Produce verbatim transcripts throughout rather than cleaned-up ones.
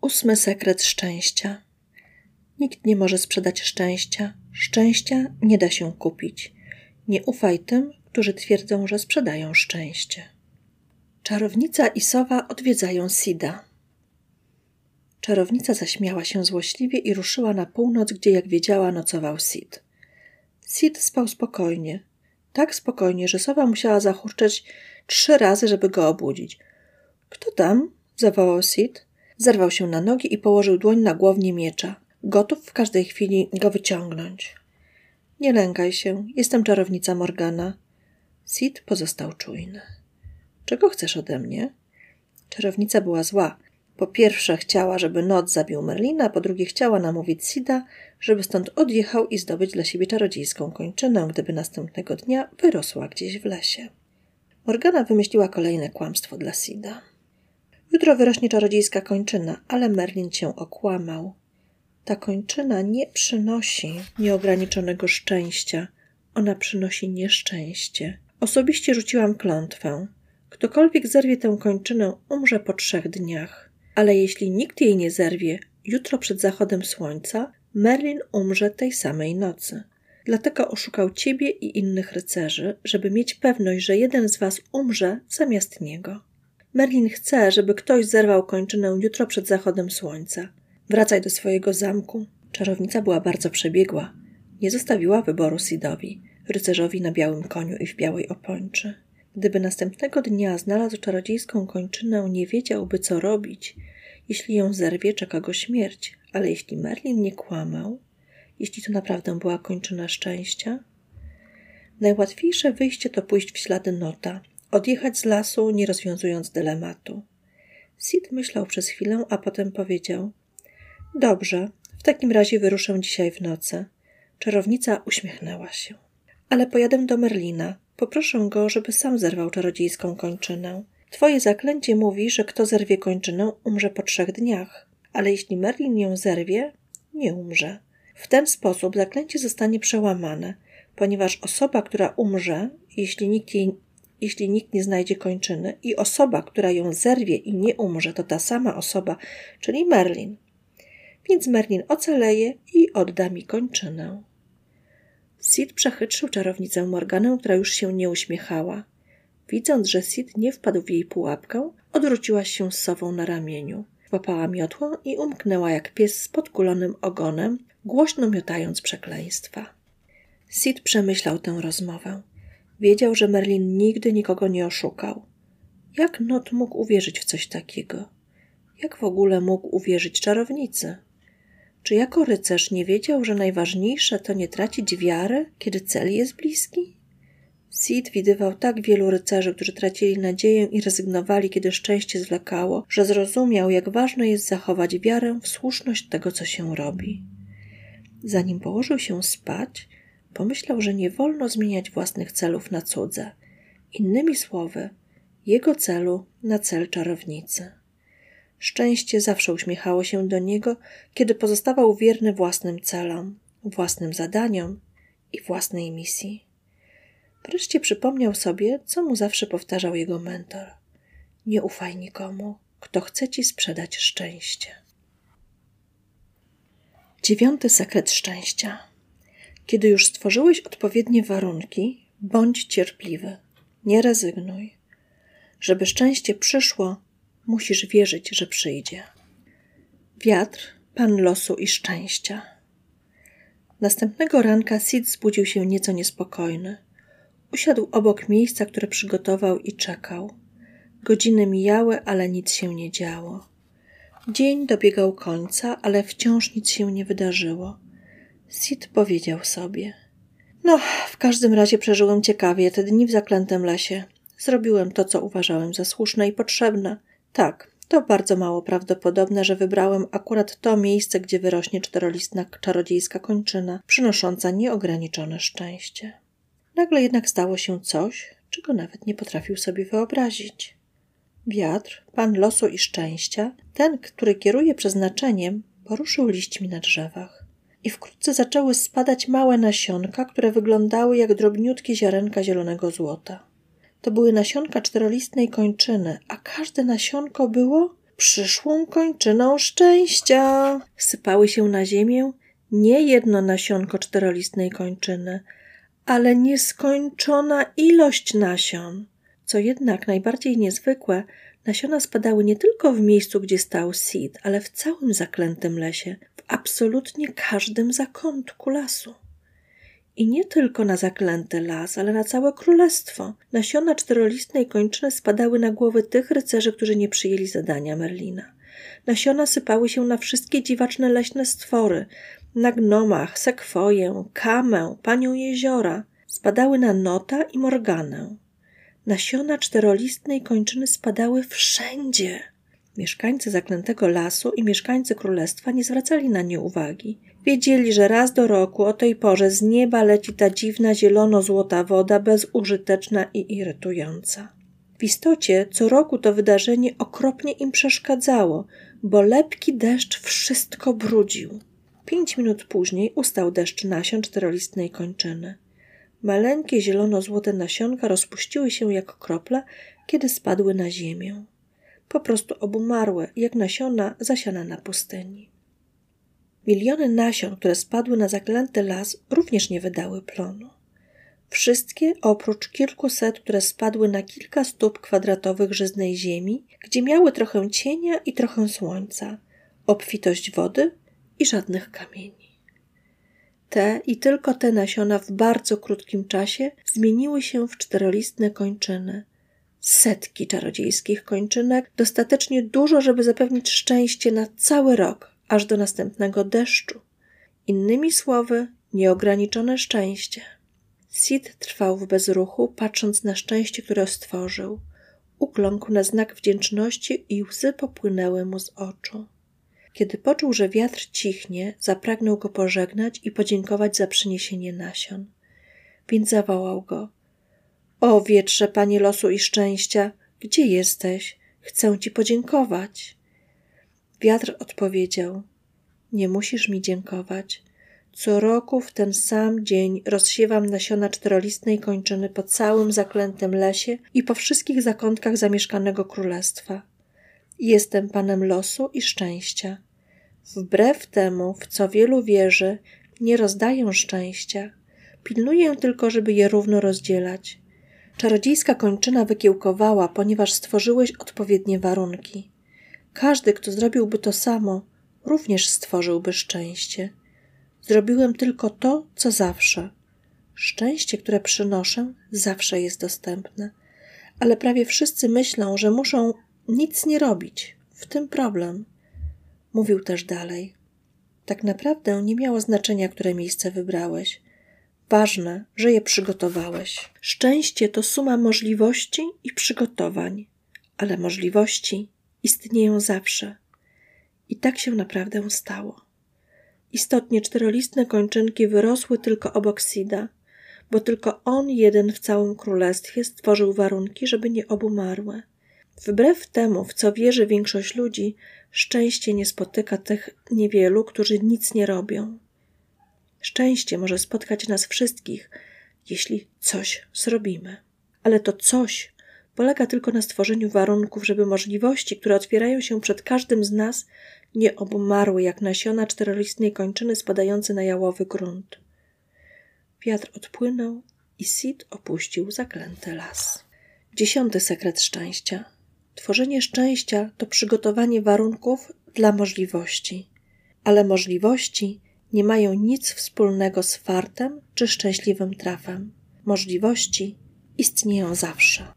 Ósmy sekret szczęścia. Nikt nie może sprzedać szczęścia. Szczęścia nie da się kupić. Nie ufaj tym, którzy twierdzą, że sprzedają szczęście. Czarownica i sowa odwiedzają Sida. Czarownica zaśmiała się złośliwie i ruszyła na północ, gdzie, jak wiedziała, nocował Sid. Sid spał spokojnie. Tak spokojnie, że sowa musiała zachurczeć trzy razy, żeby go obudzić. — Kto tam? — zawołał Sid. Zerwał się na nogi i położył dłoń na głownię miecza, gotów w każdej chwili go wyciągnąć. — Nie lękaj się, jestem czarownica Morgana. Sid pozostał czujny. — Czego chcesz ode mnie? Czarownica była zła. Po pierwsze chciała, żeby noc zabił Merlina, po drugie chciała namówić Sida, żeby stąd odjechał i zdobyć dla siebie czarodziejską kończynę, gdyby następnego dnia wyrosła gdzieś w lesie. Morgana wymyśliła kolejne kłamstwo dla Sida. Jutro wyrośnie czarodziejska kończyna, ale Merlin cię okłamał. Ta kończyna nie przynosi nieograniczonego szczęścia. Ona przynosi nieszczęście. Osobiście rzuciłam klątwę. Ktokolwiek zerwie tę kończynę, umrze po trzech dniach. Ale jeśli nikt jej nie zerwie, jutro przed zachodem słońca Merlin umrze tej samej nocy. Dlatego oszukał ciebie i innych rycerzy, żeby mieć pewność, że jeden z was umrze zamiast niego. Merlin chce, żeby ktoś zerwał kończynę jutro przed zachodem słońca. Wracaj do swojego zamku. Czarownica była bardzo przebiegła. Nie zostawiła wyboru Sidowi, rycerzowi na białym koniu i w białej opończy. Gdyby następnego dnia znalazł czarodziejską kończynę, nie wiedziałby, co robić. Jeśli ją zerwie, czeka go śmierć. Ale jeśli Merlin nie kłamał, jeśli to naprawdę była kończyna szczęścia, najłatwiejsze wyjście to pójść w ślady Nota, odjechać z lasu, nie rozwiązując dylematu. Sid myślał przez chwilę, a potem powiedział: Dobrze, w takim razie wyruszę dzisiaj w nocy. Czarownica uśmiechnęła się. Ale pojadę do Merlina. Poproszę go, żeby sam zerwał czarodziejską kończynę. Twoje zaklęcie mówi, że kto zerwie kończynę, umrze po trzech dniach. Ale jeśli Merlin ją zerwie, nie umrze. W ten sposób zaklęcie zostanie przełamane, ponieważ osoba, która umrze, jeśli nikt, jej, jeśli nikt nie znajdzie kończyny, i osoba, która ją zerwie i nie umrze, to ta sama osoba, czyli Merlin. Więc Merlin ocaleje i odda mi kończynę. Sid przechytrzył czarownicę Morganę, która już się nie uśmiechała. Widząc, że Sid nie wpadł w jej pułapkę, odwróciła się z sową na ramieniu. Łapała miotłę i umknęła jak pies z podkulonym ogonem, głośno miotając przekleństwa. Sid przemyślał tę rozmowę. Wiedział, że Merlin nigdy nikogo nie oszukał. Jak Not mógł uwierzyć w coś takiego? Jak w ogóle mógł uwierzyć czarownicy? Czy jako rycerz nie wiedział, że najważniejsze to nie tracić wiary, kiedy cel jest bliski? Sid widywał tak wielu rycerzy, którzy tracili nadzieję i rezygnowali, kiedy szczęście zwlekało, że zrozumiał, jak ważne jest zachować wiarę w słuszność tego, co się robi. Zanim położył się spać, pomyślał, że nie wolno zmieniać własnych celów na cudze. Innymi słowy, jego celu na cel czarownicy. Szczęście zawsze uśmiechało się do niego, kiedy pozostawał wierny własnym celom, własnym zadaniom i własnej misji. Wreszcie przypomniał sobie, co mu zawsze powtarzał jego mentor. Nie ufaj nikomu, kto chce ci sprzedać szczęście. Dziewiąty sekret szczęścia. Kiedy już stworzyłeś odpowiednie warunki, bądź cierpliwy. Nie rezygnuj. Żeby szczęście przyszło, musisz wierzyć, że przyjdzie. Wiatr, pan losu i szczęścia. Następnego ranka Sid zbudził się nieco niespokojny. Usiadł obok miejsca, które przygotował i czekał. Godziny mijały, ale nic się nie działo. Dzień dobiegał końca, ale wciąż nic się nie wydarzyło. Sid powiedział sobie: No, w każdym razie przeżyłem ciekawie te dni w zaklętym lesie. Zrobiłem to, co uważałem za słuszne i potrzebne. Tak, to bardzo mało prawdopodobne, że wybrałem akurat to miejsce, gdzie wyrośnie czterolistna czarodziejska kończyna, przynosząca nieograniczone szczęście. Nagle jednak stało się coś, czego nawet nie potrafił sobie wyobrazić. Wiatr, pan losu i szczęścia, ten, który kieruje przeznaczeniem, poruszył liśćmi na drzewach. I wkrótce zaczęły spadać małe nasionka, które wyglądały jak drobniutkie ziarenka zielonego złota. To były nasionka czterolistnej kończyny, a każde nasionko było przyszłą kończyną szczęścia. Sypały się na ziemię nie jedno nasionko czterolistnej kończyny, ale nieskończona ilość nasion. Co jednak najbardziej niezwykłe, nasiona spadały nie tylko w miejscu, gdzie stał Sid, ale w całym zaklętym lesie, w absolutnie każdym zakątku lasu. I nie tylko na zaklęty las, ale na całe królestwo. Nasiona czterolistnej kończyny spadały na głowy tych rycerzy, którzy nie przyjęli zadania Merlina. Nasiona sypały się na wszystkie dziwaczne leśne stwory, na gnomach, sekwoję, kamę, panią jeziora. Spadały na Nota i Morganę. Nasiona czterolistnej kończyny spadały wszędzie. Mieszkańcy zaklętego lasu i mieszkańcy królestwa nie zwracali na nie uwagi. Wiedzieli, że raz do roku o tej porze z nieba leci ta dziwna zielono-złota woda, bezużyteczna i irytująca. W istocie co roku to wydarzenie okropnie im przeszkadzało, bo lepki deszcz wszystko brudził. Pięć minut później ustał deszcz nasion czterolistnej kończyny. Maleńkie zielono-złote nasionka rozpuściły się jak krople, kiedy spadły na ziemię. Po prostu obumarłe, jak nasiona zasiane na pustyni. Miliony nasion, które spadły na zaklęty las, również nie wydały plonu. Wszystkie oprócz kilkuset, które spadły na kilka stóp kwadratowych żyznej ziemi, gdzie miały trochę cienia i trochę słońca, obfitość wody i żadnych kamieni. Te i tylko te nasiona w bardzo krótkim czasie zmieniły się w czterolistne kończyny. Setki czarodziejskich kończynek, dostatecznie dużo, żeby zapewnić szczęście na cały rok, aż do następnego deszczu. Innymi słowy, nieograniczone szczęście. Sid trwał w bezruchu, patrząc na szczęście, które stworzył. Ukląkł na znak wdzięczności i łzy popłynęły mu z oczu. Kiedy poczuł, że wiatr cichnie, zapragnął go pożegnać i podziękować za przyniesienie nasion. Więc zawołał go. O wietrze, panie losu i szczęścia, gdzie jesteś? Chcę ci podziękować. Wiatr odpowiedział. Nie musisz mi dziękować. Co roku w ten sam dzień rozsiewam nasiona czterolistnej kończyny po całym zaklętym lesie i po wszystkich zakątkach zamieszkanego królestwa. Jestem panem losu i szczęścia. Wbrew temu, w co wielu wierzy, nie rozdaję szczęścia. Pilnuję tylko, żeby je równo rozdzielać. Czarodziejska kończyna wykiełkowała, ponieważ stworzyłeś odpowiednie warunki. Każdy, kto zrobiłby to samo, również stworzyłby szczęście. Zrobiłem tylko to, co zawsze. Szczęście, które przynoszę, zawsze jest dostępne. Ale prawie wszyscy myślą, że muszą nic nie robić. W tym problem. Mówił też dalej. Tak naprawdę nie miało znaczenia, które miejsce wybrałeś. Ważne, że je przygotowałeś. Szczęście to suma możliwości i przygotowań, ale możliwości istnieją zawsze. I tak się naprawdę stało. Istotnie czterolistne kończynki wyrosły tylko obok Sida, bo tylko on jeden w całym królestwie stworzył warunki, żeby nie obumarły. Wbrew temu, w co wierzy większość ludzi, szczęście nie spotyka tych niewielu, którzy nic nie robią. Szczęście może spotkać nas wszystkich, jeśli coś zrobimy. Ale to coś polega tylko na stworzeniu warunków, żeby możliwości, które otwierają się przed każdym z nas, nie obumarły jak nasiona czterolistnej kończyny spadające na jałowy grunt. Wiatr odpłynął i Sid opuścił zaklęty las. Dziesiąty sekret szczęścia. Tworzenie szczęścia to przygotowanie warunków dla możliwości. Ale możliwości nie mają nic wspólnego z fartem czy szczęśliwym trafem. Możliwości istnieją zawsze.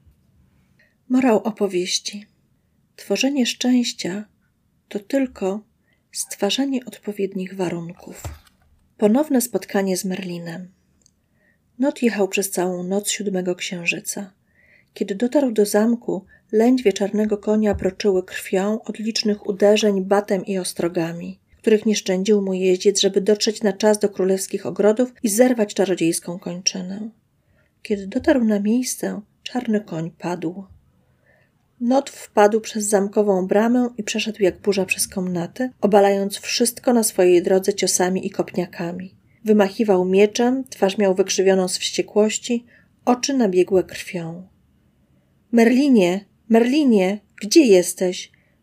Morał opowieści. Tworzenie szczęścia to tylko stwarzanie odpowiednich warunków. Ponowne spotkanie z Merlinem. Not jechał przez całą noc siódmego księżyca. Kiedy dotarł do zamku, lędźwie czarnego konia broczyły krwią od licznych uderzeń batem i ostrogami, których nie szczędził mu jeździec, żeby dotrzeć na czas do królewskich ogrodów i zerwać czarodziejską kończynę. Kiedy dotarł na miejsce, czarny koń padł. Not wpadł przez zamkową bramę i przeszedł jak burza przez komnaty, obalając wszystko na swojej drodze ciosami i kopniakami. Wymachiwał mieczem, twarz miał wykrzywioną z wściekłości, oczy nabiegłe krwią. Merlinie, Merlinie, gdzie jesteś?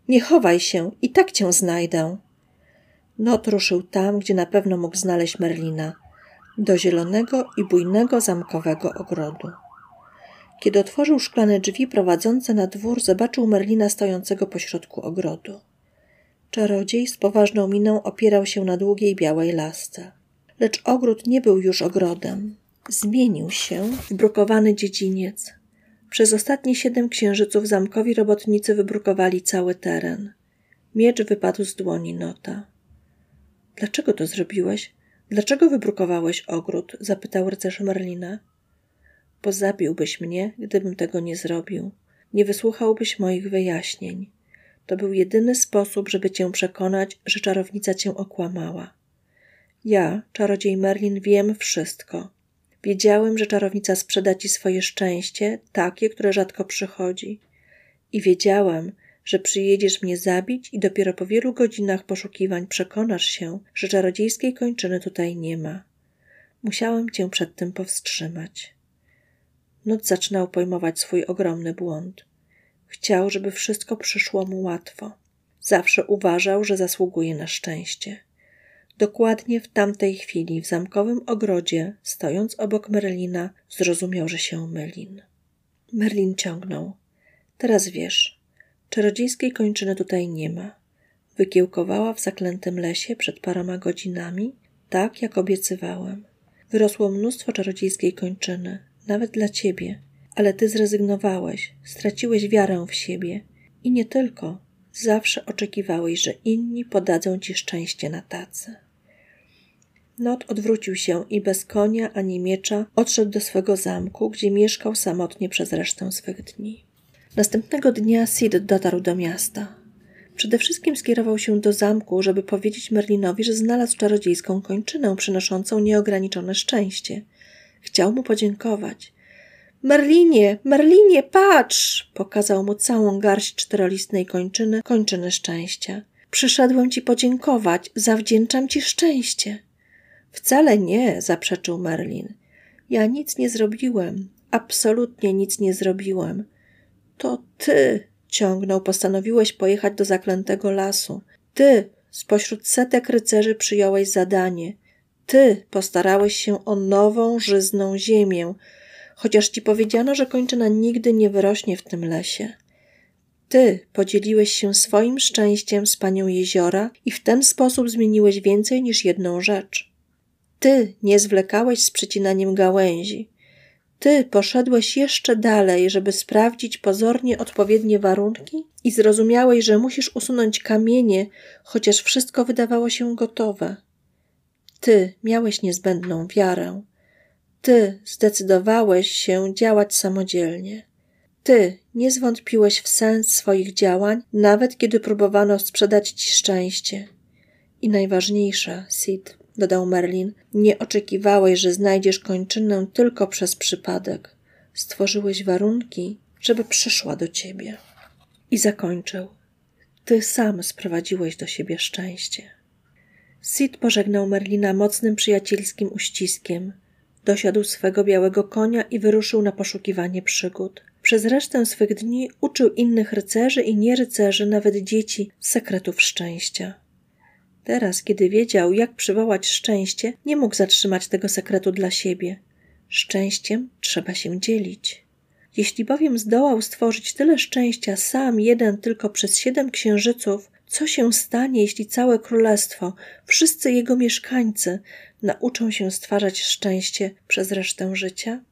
Nie chowaj się, i tak cię znajdę. Not ruszył tam, gdzie na pewno mógł znaleźć Merlina, do zielonego i bujnego zamkowego ogrodu. Kiedy otworzył szklane drzwi prowadzące na dwór, zobaczył Merlina stojącego pośrodku ogrodu. Czarodziej z poważną miną opierał się na długiej białej lasce. Lecz ogród nie był już ogrodem. Zmienił się w brukowany dziedziniec. Przez ostatnie siedem księżyców zamkowi robotnicy wybrukowali cały teren. Miecz wypadł z dłoni Nota. — Dlaczego to zrobiłeś? Dlaczego wybrukowałeś ogród? — zapytał rycerz Merlina. — Bo zabiłbyś mnie, gdybym tego nie zrobił. Nie wysłuchałbyś moich wyjaśnień. To był jedyny sposób, żeby cię przekonać, że czarownica cię okłamała. Ja, czarodziej Merlin, wiem wszystko. Wiedziałem, że czarownica sprzeda ci swoje szczęście, takie, które rzadko przychodzi. I wiedziałem, że przyjedziesz mnie zabić i dopiero po wielu godzinach poszukiwań przekonasz się, że czarodziejskiej kończyny tutaj nie ma. Musiałem cię przed tym powstrzymać. Not zaczynał pojmować swój ogromny błąd. Chciał, żeby wszystko przyszło mu łatwo. Zawsze uważał, że zasługuje na szczęście. Dokładnie w tamtej chwili w zamkowym ogrodzie, stojąc obok Merlina, zrozumiał, że się myli. Merlin ciągnął. Teraz wiesz, czarodziejskiej kończyny tutaj nie ma. Wykiełkowała w zaklętym lesie przed paroma godzinami, tak jak obiecywałem. Wyrosło mnóstwo czarodziejskiej kończyny, nawet dla ciebie, ale ty zrezygnowałeś, straciłeś wiarę w siebie i nie tylko. Zawsze oczekiwałeś, że inni podadzą ci szczęście na tacy. Not odwrócił się i bez konia ani miecza odszedł do swego zamku, gdzie mieszkał samotnie przez resztę swych dni. Następnego dnia Cid dotarł do miasta. Przede wszystkim skierował się do zamku, żeby powiedzieć Merlinowi, że znalazł czarodziejską kończynę przynoszącą nieograniczone szczęście. Chciał mu podziękować. Merlinie, Merlinie, patrz! Pokazał mu całą garść czterolistnej kończyny, kończyny szczęścia. Przyszedłem ci podziękować, zawdzięczam ci szczęście. Wcale nie, zaprzeczył Merlin. Ja nic nie zrobiłem, absolutnie nic nie zrobiłem. To ty, ciągnął, postanowiłeś pojechać do zaklętego lasu. Ty, spośród setek rycerzy przyjąłeś zadanie. Ty postarałeś się o nową, żyzną ziemię, chociaż ci powiedziano, że kończyna nigdy nie wyrośnie w tym lesie. Ty podzieliłeś się swoim szczęściem z panią jeziora i w ten sposób zmieniłeś więcej niż jedną rzecz. Ty nie zwlekałeś z przecinaniem gałęzi. Ty poszedłeś jeszcze dalej, żeby sprawdzić pozornie odpowiednie warunki i zrozumiałeś, że musisz usunąć kamienie, chociaż wszystko wydawało się gotowe. Ty miałeś niezbędną wiarę. Ty zdecydowałeś się działać samodzielnie. Ty nie zwątpiłeś w sens swoich działań, nawet kiedy próbowano sprzedać ci szczęście. I najważniejsze, Cid, dodał Merlin, nie oczekiwałeś, że znajdziesz kończynę tylko przez przypadek. Stworzyłeś warunki, żeby przyszła do ciebie. I zakończył. Ty sam sprowadziłeś do siebie szczęście. Cid pożegnał Merlina mocnym przyjacielskim uściskiem. Dosiadł swego białego konia i wyruszył na poszukiwanie przygód. Przez resztę swych dni uczył innych rycerzy i nierycerzy, nawet dzieci, sekretów szczęścia. Teraz, kiedy wiedział, jak przywołać szczęście, nie mógł zatrzymać tego sekretu dla siebie. Szczęściem trzeba się dzielić. Jeśli bowiem zdołał stworzyć tyle szczęścia sam, jeden tylko przez siedem księżyców, co się stanie, jeśli całe królestwo, wszyscy jego mieszkańcy nauczą się stwarzać szczęście przez resztę życia?